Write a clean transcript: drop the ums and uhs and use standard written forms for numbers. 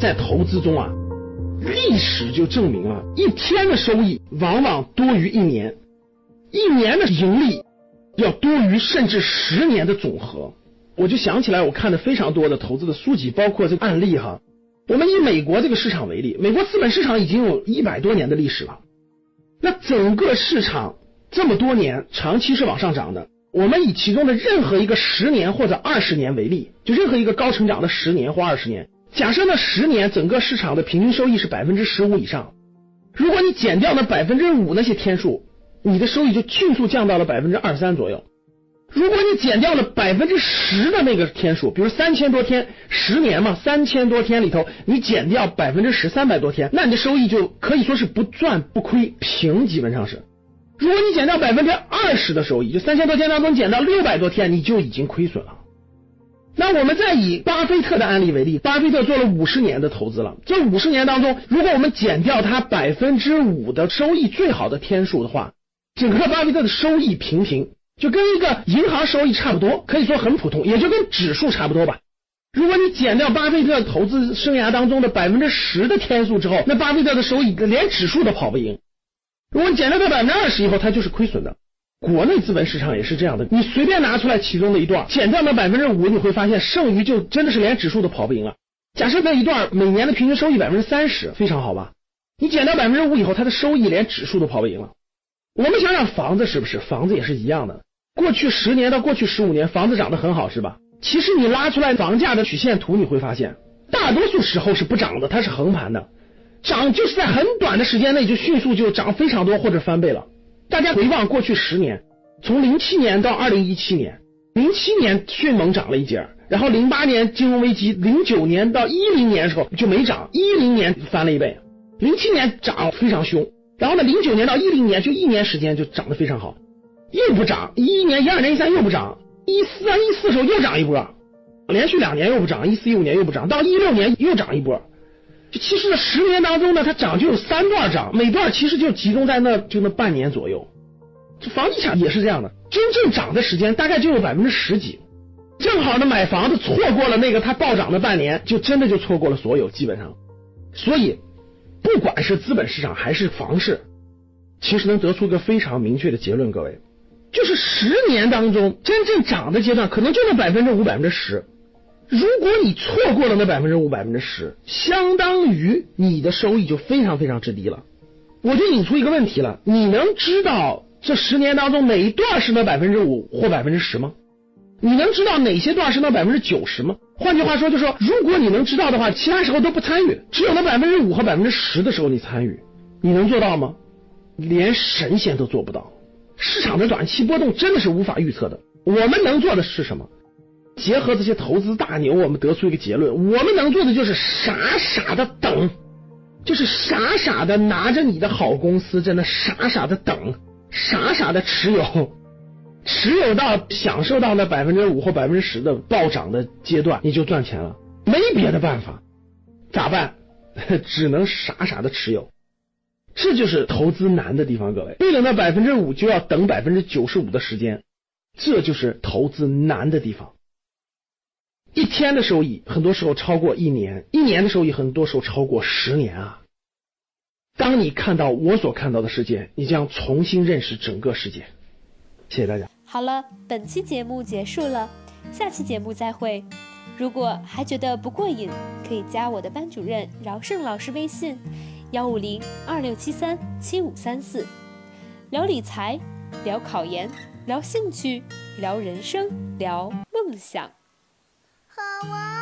在投资中啊，历史就证明了一天的收益往往多于一年，一年的盈利要多于甚至10年的总和。我就想起来我看的非常多的投资的书籍，包括这个案例哈。我们以美国这个市场为例，美国资本市场已经有100多年的历史了，那整个市场这么多年长期是往上涨的。我们以其中的任何一个10年或者20年为例，就任何一个高成长的10年或20年，假设那10年整个市场的平均收益是 15% 以上，如果你减掉那 5% 那些天数，你的收益就迅速降到了 23% 左右。如果你减掉了 10% 的那个天数，比如3000多天，10年嘛，3000多天里头你减掉 10%，300多天，那你的收益就可以说是不赚不亏，平基本上是。如果你减掉 20% 的收益，就3000多天当中减到600多天，你就已经亏损了。那我们再以巴菲特的案例为例，巴菲特做了50年的投资了，这50年当中，如果我们减掉他 5% 的收益最好的天数的话，整个巴菲特的收益平平，就跟一个银行收益差不多，可以说很普通，也就跟指数差不多吧。如果你减掉巴菲特投资生涯当中的 10% 的天数之后，那巴菲特的收益连指数都跑不赢。如果你减掉它 20% 以后，它就是亏损的。国内资本市场也是这样的，你随便拿出来其中的一段，减掉那 5%， 你会发现剩余就真的是连指数都跑不赢了。假设那一段每年的平均收益 30%， 非常好吧，你减掉 5% 以后，它的收益连指数都跑不赢了。我们想想房子是不是？房子也是一样的，过去10年到过去15年房子涨得很好是吧？其实你拉出来房价的曲线图，你会发现大多数时候是不涨的，它是横盘的，涨就是在很短的时间内就迅速就涨非常多或者翻倍了。大家回望过去10年，从07年到2017年，07年迅猛涨了一截，然后08年金融危机，09年到10年的时候就没涨，10年翻了一倍，07年涨非常凶，然后呢09年到10年就1年时间就涨得非常好，又不涨，11年、12年、13又不涨，14的时候又涨一波，连续2年又不涨，14、15年又不涨，到16年又涨一波。其实这10年当中呢，它涨就有3段涨，每段其实就集中在那半年左右。房地产也是这样的，真正涨的时间大概就有10%几，正好呢买房子错过了那个它暴涨的半年，就真的就错过了所有基本上。所以不管是资本市场还是房市，其实能得出一个非常明确的结论，各位，就是10年当中真正涨的阶段可能就那 5%、10%。如果你错过了那 5%、10%， 相当于你的收益就非常非常之低了。我就引出一个问题了，你能知道这10年当中哪一段是那 5% 或 10% 吗？你能知道哪些段是那 90% 吗？换句话说就是说，如果你能知道的话，其他时候都不参与，只有那 5% 和 10% 的时候你参与，你能做到吗？连神仙都做不到。市场的短期波动真的是无法预测的。我们能做的是什么？结合这些投资大牛，我们得出一个结论，我们能做的就是傻傻的等，就是傻傻的拿着你的好公司，真的傻傻的等，傻傻的持有到享受到那 5% 或 10% 的暴涨的阶段，你就赚钱了，没别的办法。咋办？只能傻傻的持有。这就是投资难的地方，各位，为了那 5% 就要等 95% 的时间，这就是投资难的地方。一天的收益很多时候超过1年，1年的收益很多时候超过10年啊！当你看到我所看到的世界，你将重新认识整个世界。谢谢大家。 好了，本期节目结束了，下期节目再会。如果还觉得不过瘾，可以加我的班主任饶胜老师微信15026737534，聊理财，聊考研，聊兴趣，聊人生，聊梦想。 和我